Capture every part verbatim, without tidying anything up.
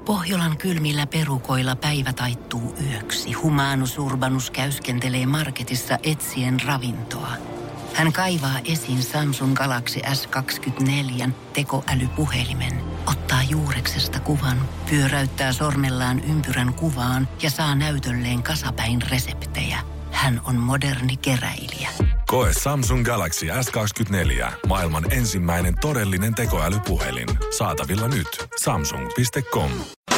Pohjolan kylmillä perukoilla päivä taittuu yöksi. Humanus Urbanus käyskentelee marketissa etsien ravintoa. Hän kaivaa esiin Samsung Galaxy S kaksikymmentäneljä tekoälypuhelimen, ottaa juureksesta kuvan, pyöräyttää sormellaan ympyrän kuvaan ja saa näytölleen kasapäin reseptejä. Hän on moderni keräilijä. Koe Samsung Galaxy S kaksikymmentäneljä, maailman ensimmäinen todellinen tekoälypuhelin. Saatavilla nyt. samsung piste com.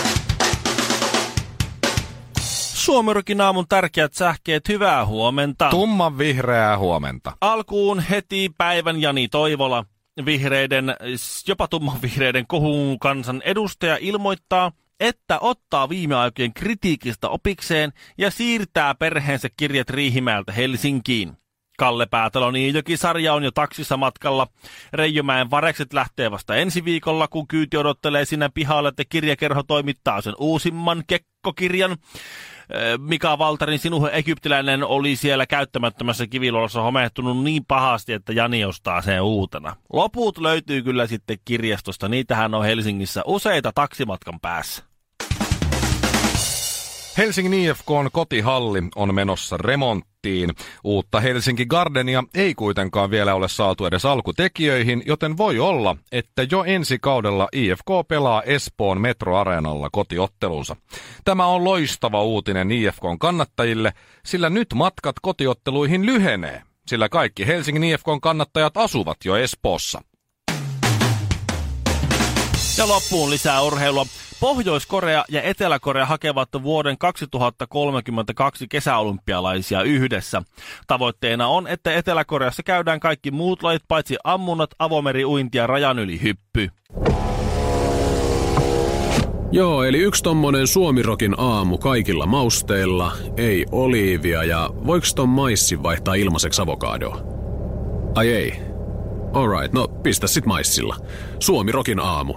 Suomirokin aamun tärkeät sähkeet, hyvää huomenta. Tumman vihreää huomenta. Alkuun heti päivän Jani Toivola, vihreiden, jopa tumman vihreiden kohun kansan edustaja, ilmoittaa, että ottaa viime aikojen kritiikistä opikseen ja siirtää perheensä kirjat Riihimäeltä Helsinkiin. Kalle Päätalo Niijoki-sarja on jo taksissa matkalla. Reijomäen varekset lähtee vasta ensi viikolla, kun kyyti odottelee sinne pihalle, että kirjakerho toimittaa sen uusimman kekkokirjan. Mika Valtarin Sinuhe egyptiläinen oli siellä käyttämättömässä kiviluolassa homehtunut niin pahasti, että Jani ostaa sen uutena. Loput löytyy kyllä sitten kirjastosta. Niitähän on Helsingissä useita taksimatkan päässä. Helsingin I F K:n kotihalli on menossa remonttiin. Uutta Helsinki Gardenia ei kuitenkaan vielä ole saatu edes alkutekijöihin, joten voi olla, että jo ensi kaudella I F K pelaa Espoon Metro-areenalla kotiottelunsa. Tämä on loistava uutinen I F K:n kannattajille, sillä nyt matkat kotiotteluihin lyhenee, sillä kaikki Helsingin I F K:n kannattajat asuvat jo Espoossa. Ja loppuun lisää urheilua. Pohjois-Korea ja Etelä-Korea hakevat vuoden kaksituhattakolmekymmentäkaksi kesäolympialaisia yhdessä. Tavoitteena on, että Etelä-Koreassa käydään kaikki muut lajit paitsi ammunnat, avomeriuinti ja rajan yli hyppy. Joo, eli yksi tommonen Suomirokin aamu kaikilla mausteilla, ei oliivia ja voiko ton maissin vaihtaa ilmaiseksi avokadoa? Ai ei. Alright, no pistä sit maissilla. Suomirokin aamu.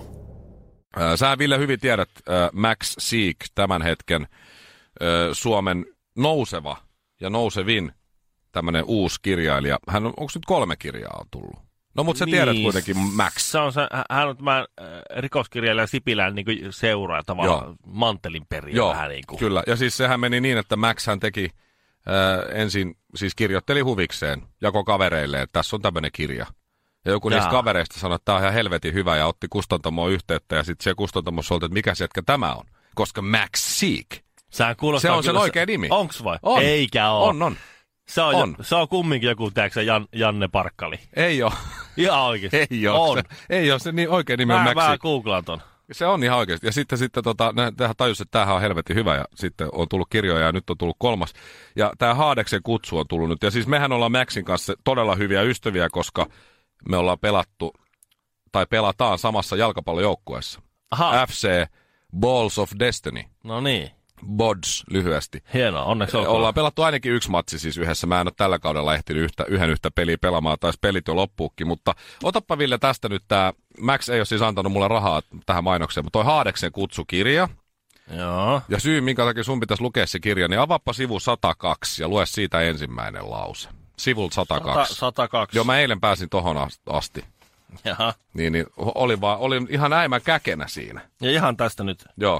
Sä, Ville, hyvin tiedät äh, Max Sieg, tämän hetken äh, Suomen nouseva ja nousevin tämmönen uusi kirjailija. Hän on, onko nyt kolme kirjaa on tullut? No, mutta sä niin, tiedät kuitenkin Max. Se on se, hän on tämä äh, rikoskirjailija Sipilän niin kuin seuraa tavallaan mantelin periä vähän niin kuin. Kyllä, ja siis sehän meni niin, että Max hän teki äh, ensin, siis kirjoitteli huvikseen, jako kavereille, että tässä on tämmöinen kirja. Ja joku Jaa. niistä kavereista sanoi, että tämä on ihan helvetin hyvä, ja otti kustantamoon yhteyttä, ja sitten siellä kustantamossa oltiin, että mikä se jätkä tämä on. Koska Max Sieg. Se on sen oikea nimi. Onks vai? On. Eikä oo. On, on. Se on, on. Jo, se on kumminkin joku, tiedätkö Jan, Janne Parkkali. Ei oo. Ihan oikeesti. Ei oo. On. Se, ei oo, se niin oikea nimi mä, on Max Sieg. Mä googlaan ton. Se on ihan oikeesti. Ja sitten, sitten tota, tähän tajus, että tämähän on helvetin hyvä, ja sitten on tullut kirjoja, ja nyt on tullut kolmas. Ja tämä Haadeksen kutsu on tullut nyt. Ja siis mehän ollaan Maxin kanssa todella hyviä ystäviä, koska me ollaan pelattu tai pelataan samassa jalkapallojoukkueessa. Aha. F C Balls of Destiny. No niin. B O D S lyhyesti. Hienoa, onneksi olkoon. Ollaan pelattu ainakin yksi matsi siis yhdessä. Mä en ole tällä kaudella ehtinyt yhtä, yhden yhtä peliä pelaamaan, taisi pelit jo loppuukin. Mutta otappa, Ville, tästä nyt tää. Max ei ole siis antanut mulle rahaa tähän mainokseen, mutta toi Haadeksen kutsukirja. Joo. Ja syy, minkä takia sun pitäisi lukea se kirja, niin avaappa sivu sata kaksi ja lue siitä ensimmäinen lause. Sivulta sata kaksi. sata kaksi. Joo, mä eilen pääsin tohon asti. Jaha. Niin, niin oli vaan, oli ihan äimän käkenä siinä. Ja ihan tästä nyt. Joo.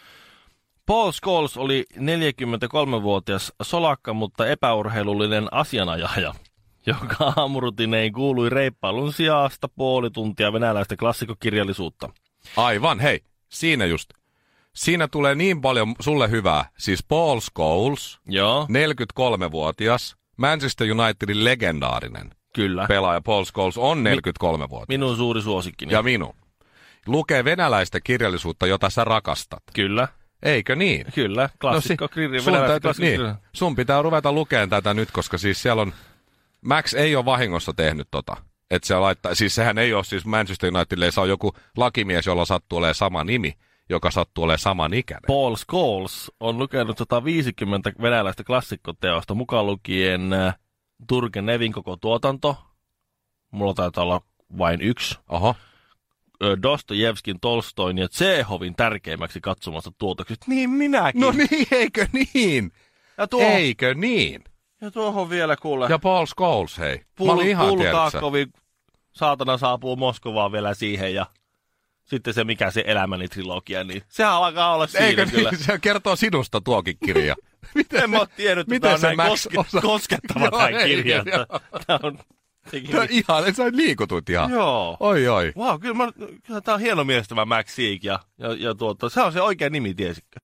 Paul Scholes oli neljäkymmentäkolmevuotias solakka, mutta epäurheilullinen asianajaja, joka aamurutineihin kuului reippailun sijasta puoli tuntia venäläistä klassikokirjallisuutta. Aivan, hei, siinä just. Siinä tulee niin paljon sulle hyvää. Siis Paul Scholes, Joo. neljäkymmentäkolmevuotias, Manchester Unitedin legendaarinen. Kyllä. Pelaaja Paul Scholes on neljäkymmentäkolmevuotias. Minun suuri suosikkini. Ja minun. Lukee venäläistä kirjallisuutta, jota sä rakastat. Kyllä. Eikö niin? Kyllä, klassikko, no, si- kirja, sun, täytyy, niin. sun pitää ruveta lukemaan tätä nyt, koska siis siellä on, Max ei ole vahingossa tehnyt tota. Että se laittaa, siis sehän ei ole, siis Manchester Unitedille se on joku lakimies, jolla sattuu olemaan sama nimi, joka sattuu olemaan saman ikäinen. Paul Scholes on lukenut sata viisikymmentä venäläistä klassikkoteosta, mukaan lukien äh, Turgenevin koko tuotanto. Mulla taitaa olla vain yksi. Oho. Dostojevskin, Tolstoin ja Tsehovin tärkeimmäksi katsomasta tuotoksista. Niin minäkin. No niin, eikö niin? Ja tuo, eikö niin? Ja tuohon vielä kuule. Ja Paul Scholes, hei. Pul, Mä olin ihan Bulgakovi, saatana saapuu Moskovaan vielä siihen ja sitten se mikä se elämäni trilogia, niin sehän alkaa olla siinä Eikö kyllä. niin? Se kertoo sinusta tuokin kirja. Miten en mä ole tiennyt, että tämä on näin koske, koskettava tämä kirja. Tämä on... Tämä on ihan, et sä liikutut ihan. Joo. Oi, oi. Wow, kyllä, mä, kyllä tämä on hieno mies tämä Max Sieg ja, ja, ja tuota, se on se oikea nimi, tiesitkö?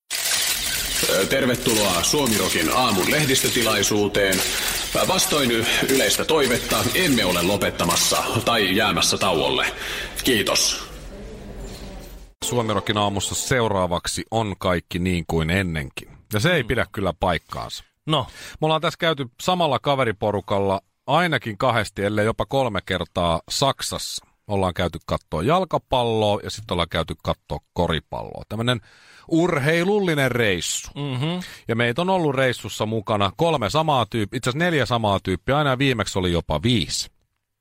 Tervetuloa Suomirokin aamun lehdistötilaisuuteen. Vastoin yleistä toivetta emme ole lopettamassa tai jäämässä tauolle. Kiitos. Suomirokin aamussa seuraavaksi on kaikki niin kuin ennenkin. Ja se ei pidä kyllä paikkaansa. No. Me ollaan tässä käyty samalla kaveriporukalla ainakin kahdesti, ellei jopa kolme kertaa Saksassa. Ollaan käyty katsoa jalkapalloa ja sitten ollaan käyty katsoa koripalloa. Tämmöinen urheilullinen reissu. Mm-hmm. Ja meitä on ollut reissussa mukana kolme samaa tyyppiä, itse asiassa neljä samaa tyyppiä, aina viimeksi oli jopa viisi.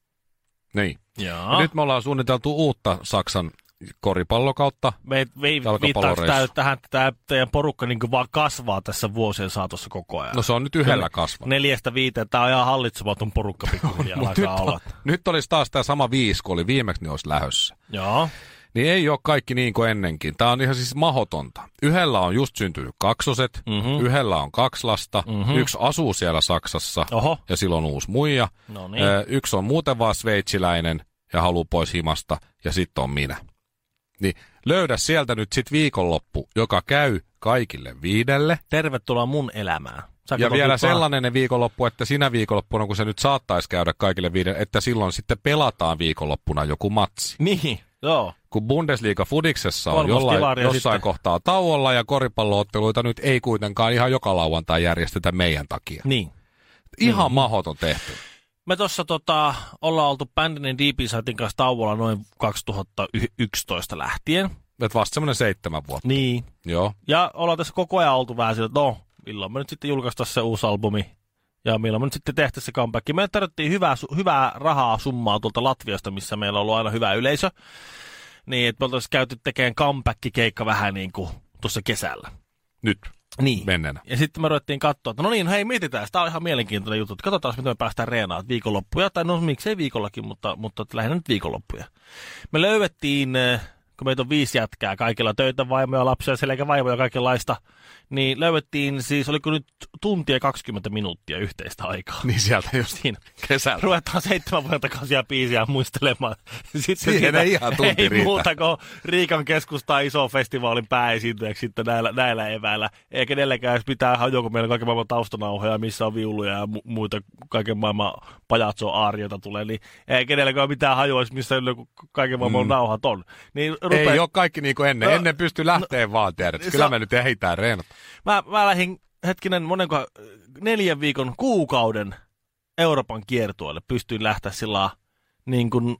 Niin. Jaa. Ja nyt me ollaan suunniteltu uutta Saksan koripallokautta. Me viittaako tähän, että tämä teidän porukka niin vaan kasvaa tässä vuosien saatossa koko ajan? No se on nyt yhdellä kasvanut. Neljästä viiteen, tämä on ihan hallitsematon porukka pikkuhiljaa alkaa nyt, olla. Nyt olisi taas tämä sama viisi, kun oli viimeksi, niin olisi lähössä. Joo. Niin ei ole kaikki niin kuin ennenkin. Tämä on ihan siis mahdotonta. Yhdellä on just syntynyt kaksoset, mm-hmm. yhdellä on kaksi lasta, mm-hmm. yksi asuu siellä Saksassa Oho. ja silloin on uusi muija. No niin. Yksi on muuten vaan sveitsiläinen ja haluaa pois himasta ja sitten on minä. Niin löydä sieltä nyt sit viikonloppu, joka käy kaikille viidelle. Tervetuloa mun elämään. Sä ja vielä vaan... sellainen viikonloppu, että sinä viikonloppuna, kun se nyt saattaisi käydä kaikille viidelle, että silloin sitten pelataan viikonloppuna joku matsi. Niin, joo. Kun Bundesliga Fudiksessa on jollain, jossain sitten kohtaa tauolla ja koripallootteluita nyt ei kuitenkaan ihan joka lauantai järjestetä meidän takia. Niin. Ihan niin. mahdoton tehty. Me tuossa tota, ollaan oltu bändinen D P-saitin kanssa tauolla noin kaksituhattayksitoista lähtien. Et vasta semmoinen seitsemän vuotta. Niin. Joo. Ja ollaan tässä koko ajan oltu vähän sillä, että no, milloin me nyt sitten julkaistaan se uusi albumi. Ja milloin me nyt sitten tehtäisiin se comeback. Me tarvittiin hyvää, hyvää rahaa summaa tuolta Latviasta, missä meillä on ollut aina hyvä yleisö. Niin, että me oltaisiin käyty tekemään comeback-keikka vähän niin kuin tuossa kesällä. Nyt. Niin. Menneenä. Ja sitten me ruvettiin katsoa, että no niin, hei mietitään, tämä on ihan mielenkiintoinen juttu, että katsotaan, miten me päästään reenaamaan viikonloppuja, tai no miksei viikollakin, mutta, mutta lähinnä nyt viikonloppuja. Me löydettiin, kun meitä on viisi jätkää, kaikilla töitä, vaimoja, lapsia, selkä vaimoja, kaikenlaista, niin löydettiin siis, oliko nyt tuntia kaksikymmentä minuuttia yhteistä aikaa. Niin sieltä just siinä. Kesällä. Ruvetaan seitsemän vuoden takaisia biisiä muistelemaan. Sitten siihen siitä, ei ihan tunti ei riitä. muuta kuin Riikan keskustaa iso festivaalin pääesiintyjäksi sitten näillä, näillä eväillä. Ei kenelläkään edes mitään hajua, kun meillä on kaiken maailman taustanauhoja, missä on viuluja ja mu- muita kaiken maailman pajatso-aarioita tulee. Niin ei kenelläkään ole mitään hajua, missä kaiken maailman mm. nauhat on. Niin rupe... Ei ole kaikki niin kuin ennen. No, ennen pysty lähteä no, vaan, tiedät. Kyllä so... me nyt ehditään reenata. Mä, mä lähdin hetkinen monenko neljän viikon kuukauden Euroopan kiertueelle. Pystyin lähteä sillä niin kuin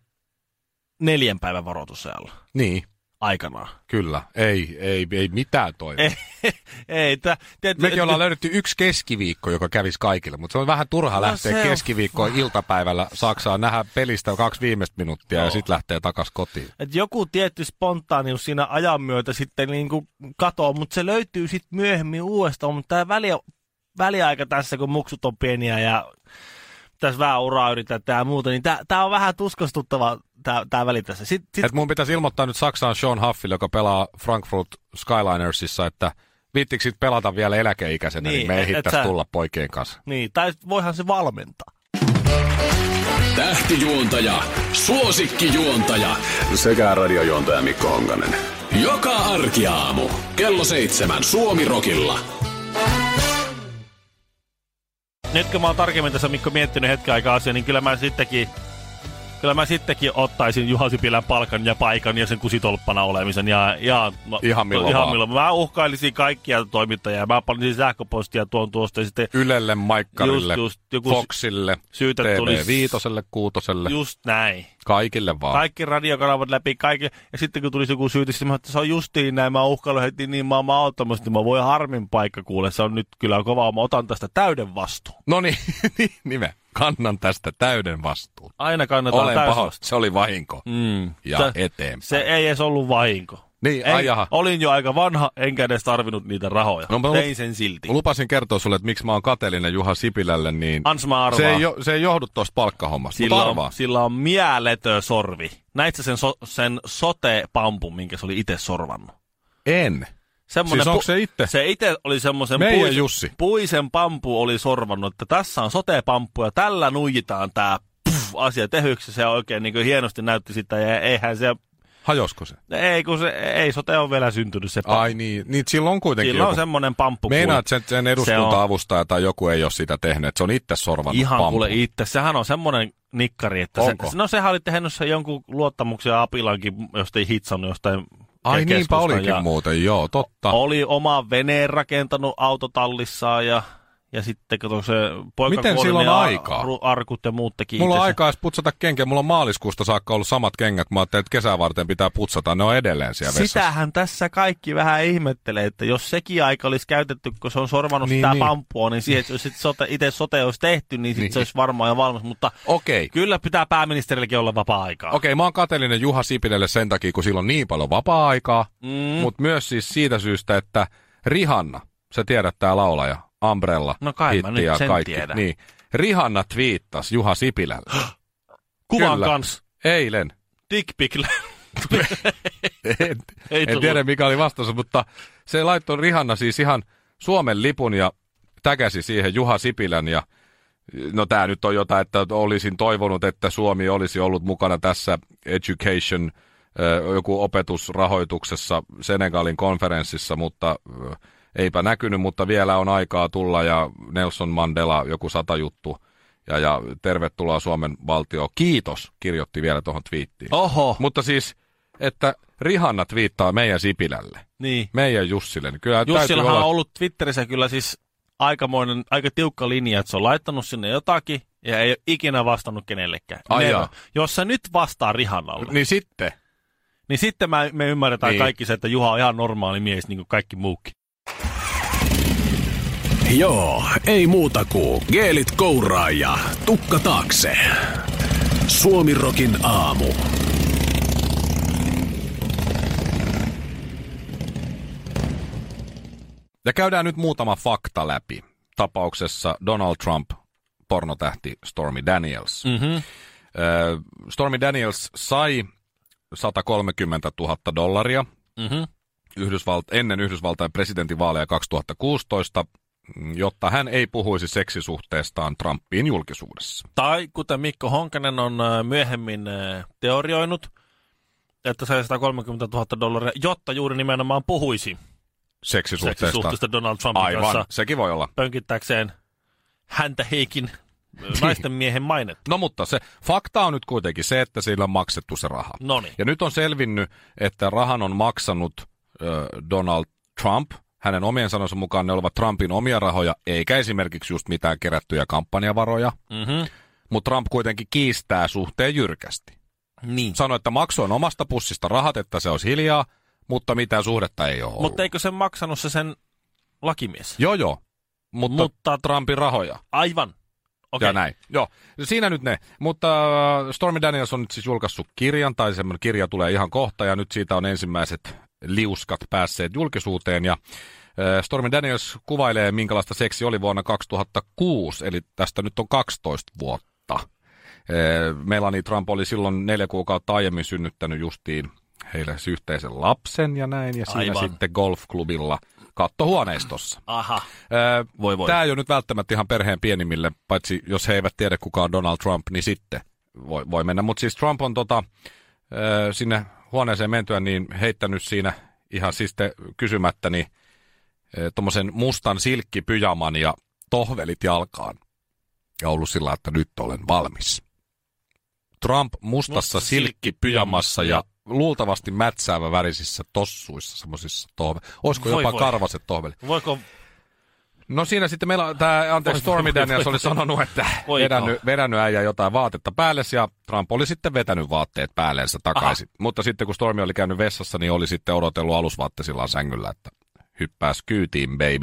neljän päivän varoitusajalla. Niin. Aikanaan. Kyllä. Ei, ei, ei mitään toivoa. ei, ei, tä, tiedät, Mekin ollaan löydetty yksi keskiviikko, joka kävisi kaikille, mutta se on vähän turha no lähteä keskiviikkoon on... iltapäivällä Saksaan nähdä pelistä kaksi viimeistä minuuttia no. ja sitten lähtee takaisin kotiin. Et joku tietty spontaanius siinä ajan myötä sitten niin kuin katoo, mutta se löytyy sitten myöhemmin uudestaan. Mutta tämä väli, väliaika tässä, kun muksut on pieniä ja tässä vähän uraa yritetään ja muuta, niin tämä on vähän tuskastuttava tämä väli tässä. Sit, sit... Et mun pitäisi ilmoittaa nyt Saksaan Sean Huffille, joka pelaa Frankfurt Skylinersissa, että viittikö sit pelata vielä eläkeikäisenä, niin, niin me ehdittäisi sä... tulla poikien kanssa. Niin, tai voihan se valmentaa. Tähtijuontaja, suosikkijuontaja sekä radiojuontaja Mikko Honkanen. Joka arkiaamu, kello seitsemän Suomi-rokilla. Nyt kun mä oon tarkemmin tässä Mikko miettinyt hetken aikaa asiaa, niin kyllä mä sittenkin, kyllä mä sittenkin ottaisin Juha Sipilän palkan ja paikan ja sen kusitolppana olemisen. Ja, ja, ihan milloin ihan vaan. Milloin. Mä uhkailisin kaikkia toimittajia. Mä panisin sähköpostia tuon tuosta. Ja sitten Ylelle, Maikkarille, just, just, Foxille, T V Viitoselle, Kuutoselle. Just näin. Kaikille vaan. Kaikki radiokanavat läpi, kaikille. Ja sitten kun tulisi joku syytys, että se on justiin näin, mä uhkailu heti, niin mä oon auttamassa, niin mä voin harmin paikka kuule. Se on nyt kyllä kovaa, mä otan tästä täyden vastuun. No niin, nimen. Kannan tästä täyden vastuun. Aina kannetaan Olen täysin pahoista. Se oli vahinko. Mm. Ja se, eteenpäin. Se ei edes ollut vahinko. Niin, Ei, ai jaha. olin jo aika vanha, enkä edes tarvinnut niitä rahoja. No, mä Tein sen silti. Lupasin kertoa sulle, että miksi mä oon kateellinen Juha Sipilälle, niin Ansma arvaa. se ei, jo, se ei johdu tuosta palkkahommasta, Sillä mutta on, arvaa. sillä on mieletön sorvi. Näitkö sen, so, sen sote-pampun, minkä se oli itse sorvannut? En. Semmonen Siis onko pu- se itse? Se itse oli semmoisen Meidän puisen, Jussi. puisen pampu oli sorvannut, että tässä on sote-pamppu ja tällä nuijitaan tää puff, asia tehyksi. Se oikein niin kuin hienosti näytti sitä ja eihän se... Hajosko se? Ei, kun se, ei sote on vielä syntynyt se pamppu. Ai niin, niin sillä on kuitenkin Sillä on joku... semmoinen pamppu. Meinaat, että sen, sen eduskunta-avustaja tai joku ei ole sitä tehnyt, että se on itse sorvannut Ihan pampun. kuule itse. Sehän on semmoinen nikkari, että se, no sehän oli tehnyt se jonkun luottamuksen Apilankin, josta ei hitsannut jostain. Ai niinpä keskustan olikin ja muuten, joo, totta. oli oma veneen rakentanut autotallissaan ja, ja sitten kun se poika Miten kuoli, sillä on niin aikaa? Ar- arkut ja muut teki Mulla on itsensä. aikaa edes putsata kenkiä. Mulla on maaliskuusta saakka ollut samat kengät. Mä ajattelin, että kesää varten pitää putsata. Ne on edelleen siellä vessassa. Sitähän tässä kaikki vähän ihmettelee, että jos sekin aika olisi käytetty, kun se on sorvannut Niin, sitä niin. pampua, niin siihen, että jos sit sote, itse sote olisi tehty, niin, sit Niin. se olisi varmaan jo valmis. Mutta Okei. kyllä pitää pääministerilläkin olla vapaa-aikaa. Okei, mä oon kateellinen Juha Sipilälle sen takia, kun sillä on niin paljon vapaa-aikaa. Mm. Mutta myös siis siitä syystä, että Rihanna, sä tiedät tää laulaja, Umbrella, No kai mä hitti nyt ja sen kaikki. tiedän. Niin. Rihanna twiittasi Juha Sipilälle. Kuvan Kyllä. kanssa. Eilen. Dick pic. en, Ei en tullut. tiedä mikä oli vastaus, mutta se laittoi Rihanna siis ihan Suomen lipun ja täkäsi siihen Juha Sipilän ja no tää nyt on jotain, että olisin toivonut, että Suomi olisi ollut mukana tässä education, äh, joku opetusrahoituksessa Senegalin konferenssissa, mutta äh, eipä näkynyt, mutta vielä on aikaa tulla ja Nelson Mandela joku sata juttu ja, ja tervetuloa Suomen valtio. Kiitos, kirjoitti vielä tuohon twiittiin. Oho. Mutta siis, että Rihanna twiittaa meidän Sipilälle, Niin. meidän Jussille. Niin kyllä täytyy Jussillahan olla... on ollut Twitterissä kyllä siis aikamoinen, aika tiukka linja, että se on laittanut sinne jotakin ja ei ole ikinä vastannut kenellekään. Ai Never. jaa. Jos sä nyt vastaa Rihannalle, niin, Niin sitten. niin sitten mä, me ymmärretään Niin. kaikki se, että Juha on ihan normaali mies, niin kuin kaikki muukin. Joo, ei muuta kuin geelit kouraa ja tukka taakse. Suomirokin aamu. Ja käydään nyt muutama fakta läpi. Tapauksessa Donald Trump, pornotähti Stormy Daniels. Mm-hmm. Stormy Daniels sai sata kolmekymmentätuhatta dollaria Mm-hmm. Yhdysvalt- ennen Yhdysvaltain presidentinvaaleja kaksituhattakuusitoista, jotta hän ei puhuisi seksisuhteestaan Trumpiin julkisuudessa. Tai kuten Mikko Honkanen on äh, myöhemmin äh, teorioinut, että sai sata kolmekymmentätuhatta dollaria, jotta juuri nimenomaan puhuisi Seksisuhteesta. seksisuhteesta Donald Trumpin Aivan, kanssa sekin voi olla. pönkittääkseen häntä heikin naisten miehen mainetta. No mutta se fakta on nyt kuitenkin se, että sillä on maksettu se raha. Noniin. Ja nyt on selvinnyt, että rahan on maksanut äh, Donald Trump. Hänen omien sanonsa mukaan ne ovat Trumpin omia rahoja, eikä esimerkiksi just mitään kerättyjä kampanjavaroja. Mm-hmm. Mutta Trump kuitenkin kiistää suhteen jyrkästi. Niin. Sanoi, että maksoin omasta pussista rahat, että se olisi hiljaa, mutta mitään suhdetta ei ole ollut. Mutta eikö sen maksanut se sen lakimies? Joo, joo. Mutta, Mutta- Trumpin rahoja. Aivan. Okei. Ja näin. Joo, siinä nyt ne. Mutta äh, Stormy Daniels on nyt siis julkaissut kirjan, tai semmoinen kirja tulee ihan kohta, ja nyt siitä on ensimmäiset liuskat päässeet julkisuuteen. Ja äh, Stormy Daniels kuvailee, minkälaista seksi oli vuonna kaksituhattakuusi, eli tästä nyt on kaksitoista vuotta. Äh, Melanie Trump oli silloin neljä kuukautta aiemmin synnyttänyt justiin heille yhteisen lapsen ja näin, ja siinä Aivan. sitten golfklubilla kattohuoneistossa. Aha. Öö, Voi voi. Tämä ei ole nyt välttämättä ihan perheen pienimmille, paitsi jos he eivät tiedä kuka on Donald Trump, niin sitten voi, voi mennä. Mutta siis Trump on tota, öö, sinne huoneeseen mentyä niin heittänyt siinä ihan siis te kysymättä niin öö, tommosen mustan silkkipyjaman ja tohvelit jalkaan. Ja ollut sillä, että nyt olen valmis. Trump mustassa Musta silkkipyjamassa ja luultavasti mätsäävä värisissä tossuissa, semmoisissa tohve. Olisiko Voi jopa voi. karvaset tohvelit? Voiko... No siinä sitten meillä tämä, anteeksi, Voi, Stormy voi, Daniels voi, oli voi. sanonut, että Voiko? vedännyt, vedännyt äijä jotain vaatetta päälle ja Trump oli sitten vetänyt vaatteet päällensä takaisin. Aha. Mutta sitten kun Stormy oli käynyt vessassa, niin oli sitten odotellut alusvaattesillaan sängyllä, että hyppääs kyytiin, baby.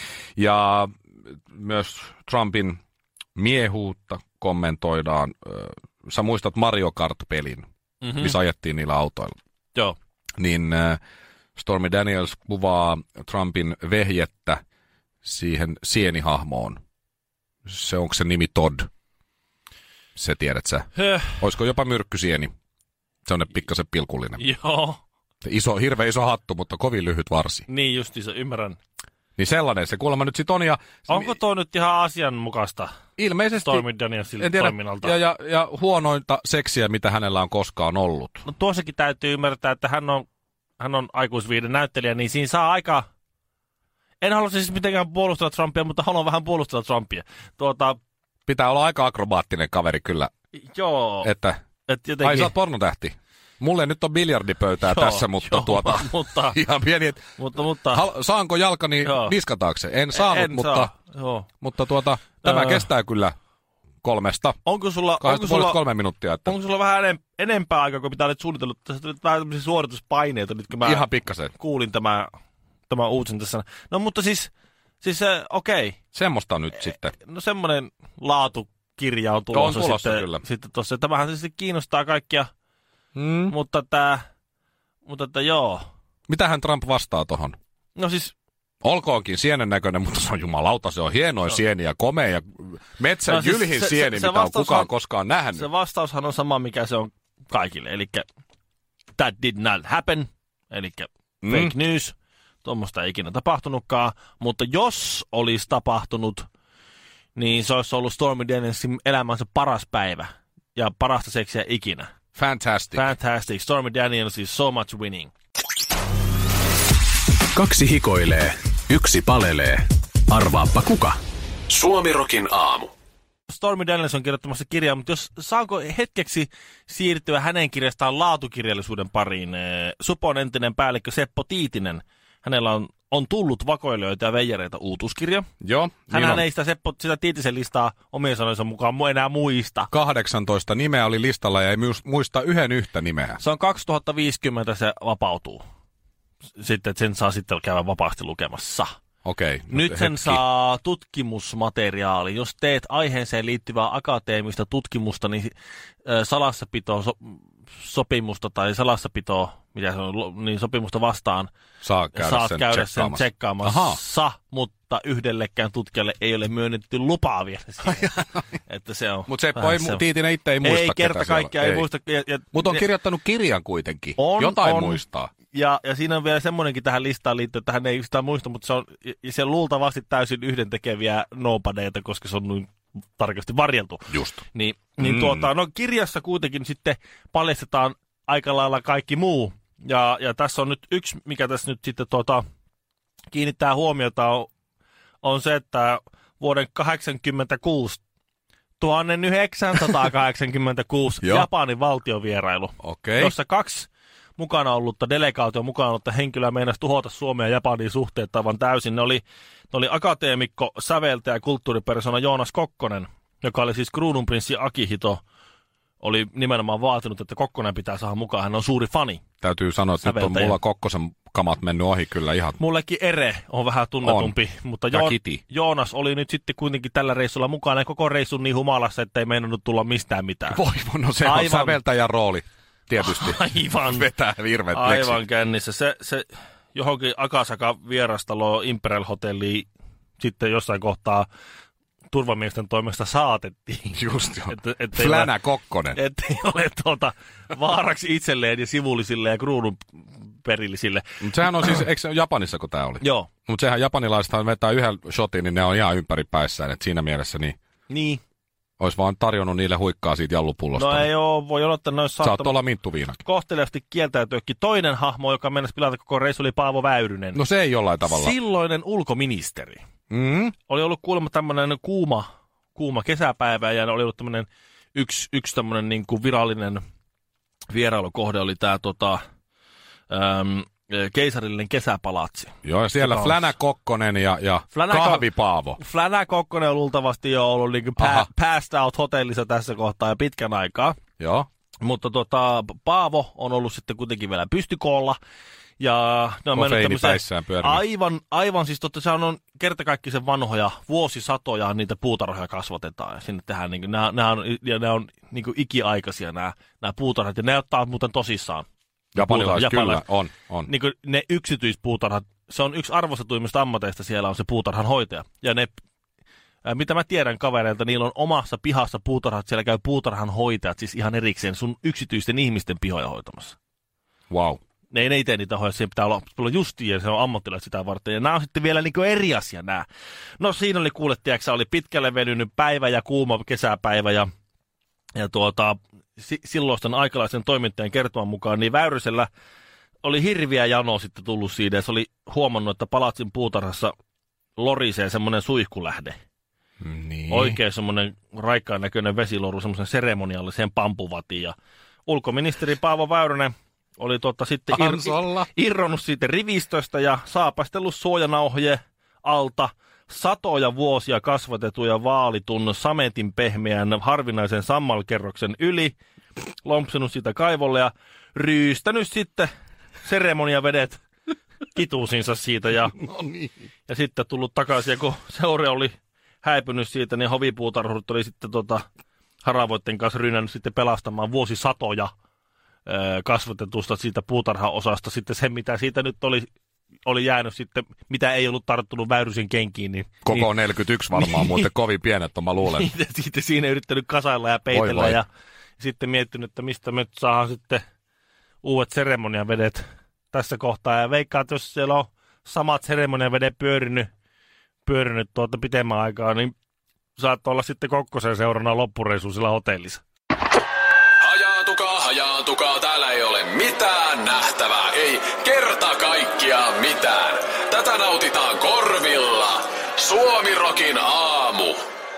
Ja myös Trumpin miehuutta kommentoidaan. Sä muistat Mario Kart-pelin, Mm-hmm. missä ajettiin niillä autoilla. Joo. niin äh, Stormy Daniels kuvaa Trumpin vehjettä siihen sienihahmoon. Se onko se nimi Todd? Se tiedät sä. Höh. Olisiko jopa myrkkysieni? Se on ne pikkasen pilkullinen. Joo. Iso, hirveän iso hattu, mutta kovin lyhyt varsi. Niin justiinsa, ymmärrän. Niin sellainen se kuulemma nyt sit on. Ja onko tuo nyt ihan asianmukaista ilmeisesti Stormy Danielsin toiminnalta? Ja, ja, ja huonointa seksiä, mitä hänellä on koskaan ollut. No tuossakin täytyy ymmärtää, että hän on, hän on aikuisviiden näyttelijä, niin siinä saa aika... En halua siis mitenkään puolustella Trumpia, mutta haluan vähän puolustella Trumpia. Tuota... Pitää olla aika akrobaattinen kaveri kyllä. Joo. Että, et jotenkin... ai sä oot pornotähti. Mulle nyt on biljardipöytää joo, tässä, mutta joo, tuota... mutta, ihan pieni, et, mutta, mutta, hal, saanko jalkani joo. niskataakse? En saanut, en mutta, saa. Joo. mutta tuota, tämä öö. kestää kyllä kolmesta. Onko sulla, onko sulla kolme minuuttia. Että... Onko sulla vähän enem, enempää aikaa, kuin mitä olet suunnitellut? Tässä on vähän tämmöisiä suorituspaineita, nyt kun mä ihan pikkasen kuulin tämä, tämä uutisen tässä. No mutta siis, siis okei. Okay. Semmoista nyt sitten. No semmoinen laatukirja on tulossa, on tulossa sitten, kyllä. sitten tuossa. Tämähän siis kiinnostaa kaikkia, mm. mutta tämä, mutta että joo. Mitähän Trump vastaa tohon? No siis... Olkoonkin sienen näköinen, mutta se on jumalauta, se on hienoin no. sieni ja komea ja metsän no, siis jylhin se, sieni, se, se mitä on kukaan on, koskaan nähnyt. Se vastaushan on sama, mikä se on kaikille, eli that did not happen, eli mm. fake news, tuommoista ei ikinä tapahtunutkaan, mutta jos olisi tapahtunut, niin se olisi ollut Stormy Danielsin elämänsä paras päivä ja parasta seksiä ikinä. Fantastic. Fantastic. Stormy Daniels is so much winning. Kaksi hikoilee, yksi palelee. Arvaappa kuka? Suomirokin aamu. Stormy Daniels on kirjoittamassa kirjaa, mutta jos saanko hetkeksi siirtyä hänen kirjastaan laatukirjallisuuden pariin. Supon entinen päällikkö Seppo Tiitinen. Hänellä on, on tullut vakoilijoita ja veijareita uutuuskirja. Joo. Hänhän niin ei sitä, Seppo, sitä Tiitisen listaa omien sanojensa mukaan enää muista. kahdeksantoista nimeä oli listalla ja ei muista yhden yhtä nimeä. Se on kaksituhattaviisikymmentä se vapautuu. Sitten, että sen saa sitten käydä vapaasti lukemassa. Okei. Nyt sen hetki. saa tutkimusmateriaali. Jos teet aiheeseen liittyvää akateemista tutkimusta, niin äh, salassapito so, sopimusta tai salassapito, mitä se on, niin sopimusta vastaan saa käydä saat sen käydä tsekkaamassa. sen tsekkaamassa, mutta yhdellekään tutkijalle ei ole myönnetty lupaa vielä siihen. Että se on. Mutta Seppo ei, se... Tiitinen itse ei muista. Ei kerta kaikkiaan ei, ei muista. Mutta on kirjoittanut kirjan kuitenkin. On, Jotain on. muistaa. Ja, ja siinä on vielä semmoinenkin tähän listaan liittyen, että hän ei sitä muista, mutta se on, se on luultavasti täysin yhdentekeviä nopadeita, koska se on noin tarkasti varjeltu. Just. Niin, niin mm. tuota, no kirjassa kuitenkin sitten paljastetaan aika lailla kaikki muu. Ja, ja tässä on nyt yksi, mikä tässä nyt sitten tuota, kiinnittää huomiota, on, on se, että vuoden kahdeksankymmentäkuusi, tuhatyhdeksänsataakahdeksankymmentäkuusi Japanin valtiovierailu, okay. jossa kaksi mukana ollutta, delegaation mukana ollutta henkilöä meinasi tuhota Suomea ja Japanin suhteet aivan täysin. Ne oli, ne oli akateemikko, säveltäjä ja kulttuuripersona Joonas Kokkonen, joka oli siis kruununprinssi Akihito, oli nimenomaan vaatinut, että Kokkonen pitää saada mukaan. Hän on suuri fani. Täytyy sanoa, että säveltäjä. Nyt on mulla Kokkosen kamat mennyt ohi kyllä ihan. Mullekin Ere on vähän tunnetumpi, on. mutta jo- Joonas oli nyt sitten kuitenkin tällä reissulla mukana ja koko reissun niin humalassa, että ei meinannut tulla mistään mitään. Voi, no se aivan. On säveltäjän rooli. Tietysti. Aivan. Vetää virvet Aivan kännissä. Se, se johonkin Akasaka vierastaloon Imperial Hotelliin sitten jossain kohtaa turvamiesten toimesta saatettiin. Just joo. Et, et Flänä ole, Kokkonen. Ettei ole tuota vaaraksi itselleen ja sivullisille ja kruunun perillisille. Mutta sehän on siis, eikö se Japanissa kun tämä oli? Joo. Mutta sehän japanilaisethan vetää yhden shotin, niin ne on ihan ympäri päissään. Et siinä mielessä niin... Niin. Ois vaan tarjonnut niille huikkaa siitä jallupullosta. No ei oo, voi olla, että ne ois saattanut... Saat olla minttuviinakin. Kohteliaasti kieltäytyäkin. Toinen hahmo, joka mennessä pilata koko reissu, oli Paavo Väyrynen. No se ei jollain tavalla. Silloinen ulkoministeri. Mm. Oli ollut kuulemma tämmöinen kuuma, kuuma kesäpäivä ja oli ollut tämmöinen yksi, yksi tämmöinen niin kuin virallinen vierailukohde oli tää tota, äm, keisarillinen kesäpalatsi. Joo, ja siellä Flänä Kokkonen ja, ja Flänä Kahvi Paavo. Flänä Kokkonen on luultavasti jo ollut niin kuin pa- passed out hotellissa tässä kohtaa ja pitkän aikaa. Joo. Mutta tota, Paavo on ollut sitten kuitenkin vielä pystykoolla. Ja ne on mennyt tämmöiseen aivan, aivan siis totta, se on kertakaikkisen vanhoja, vuosisatoja niitä puutarhoja kasvatetaan. Ja sinne tehdään, niin kuin, nämä, nämä on, ja nämä on niin kuin ikiaikaisia nämä, nämä puutarhat, ja ne ottaa muuten tosissaan. Japanilais, kyllä, on, on. Niin kuin ne yksityispuutarhat, se on yksi arvostetuimmista ammateista, siellä on se puutarhanhoitaja. Ja ne, ää, mitä mä tiedän kavereilta, niillä on omassa pihassa puutarhat, siellä käy puutarhanhoitajat, siis ihan erikseen sun yksityisten ihmisten pihoja hoitamassa. Wow. Ne ei ne itse niitä hoida, siihen pitää olla, olla justiin ja se on ammattilaiset sitä varten. Ja nämä on sitten vielä niin kuin eri asia nämä. No siinä oli kuule, tiiäksä, oli pitkälle venynyt päivä ja kuuma kesäpäivä ja, ja tuota, si, silloisten aikalaisen toimittajan kertoman mukaan, niin Väyrysellä oli hirviä jano sitten tullut siitä ja se oli huomannut, että palatsin puutarhassa lorisee semmoinen suihkulähde. Niin. Oikein semmoinen raikkaan näköinen vesiloru semmoisen seremonialliseen pampuvatiin ja ulkoministeri Paavo Väyrynen oli tuota sitten ir- irronnut siitä rivistöstä ja saapastellut suojanauhojen alta satoja vuosia kasvatetuja vaalitun sametin pehmeän harvinaisen sammalkerroksen yli, lompsenut siitä kaivolle ja ryystänyt sitten seremoniavedet kituusinsa siitä ja, no niin. ja sitten tullut takaisin ja kun seure oli häipynyt siitä, niin hovipuutarhurit oli sitten tota haravoitten kanssa rynnännyt sitten pelastamaan vuosisatoja kasvatetusta siitä puutarhaosasta. Sitten se, mitä siitä nyt oli, oli jäänyt sitten, mitä ei ollut tarttunut Väyrysen kenkiin. Niin, Koko niin, neljäkymmentäyksi varmaan, niin, muuten kovin pienet, mä luulen. Niin, sitten siinä yrittänyt kasailla ja peitellä voi, ja sitten miettinyt, että mistä me saadaan sitten uudet seremoniavedet tässä kohtaa. Ja veikkaan, että jos siellä on samat seremoniavedet pyörinyt, pyörinyt tuota pitemmän aikaa, niin saattaa olla sitten Kokkosen seurana loppureissu sillä hotellissa. Hajaantukaa, hajaantukaa, täällä ei ole mitään nähtävää, ei kerta kaikkiaan mitään. Tätä nautitaan korvilla. Suomi-rokin aamu.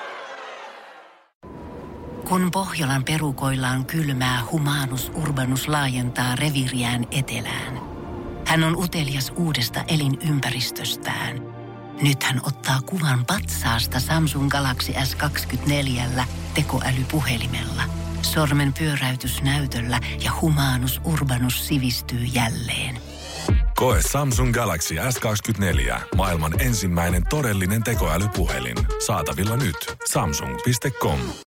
Kun Pohjolan perukoillaan kylmää, Humanus Urbanus laajentaa reviiriään etelään. Hän on utelias uudesta elinympäristöstään. Nyt hän ottaa kuvan patsaasta Samsung Galaxy S kaksikymmentäneljä tekoälypuhelimella. Sormen pyöräytys näytöllä ja Humanus Urbanus sivistyy jälleen. Koe Samsung Galaxy S kaksikymmentäneljä, maailman ensimmäinen todellinen tekoälypuhelin. Saatavilla nyt. Samsung piste com.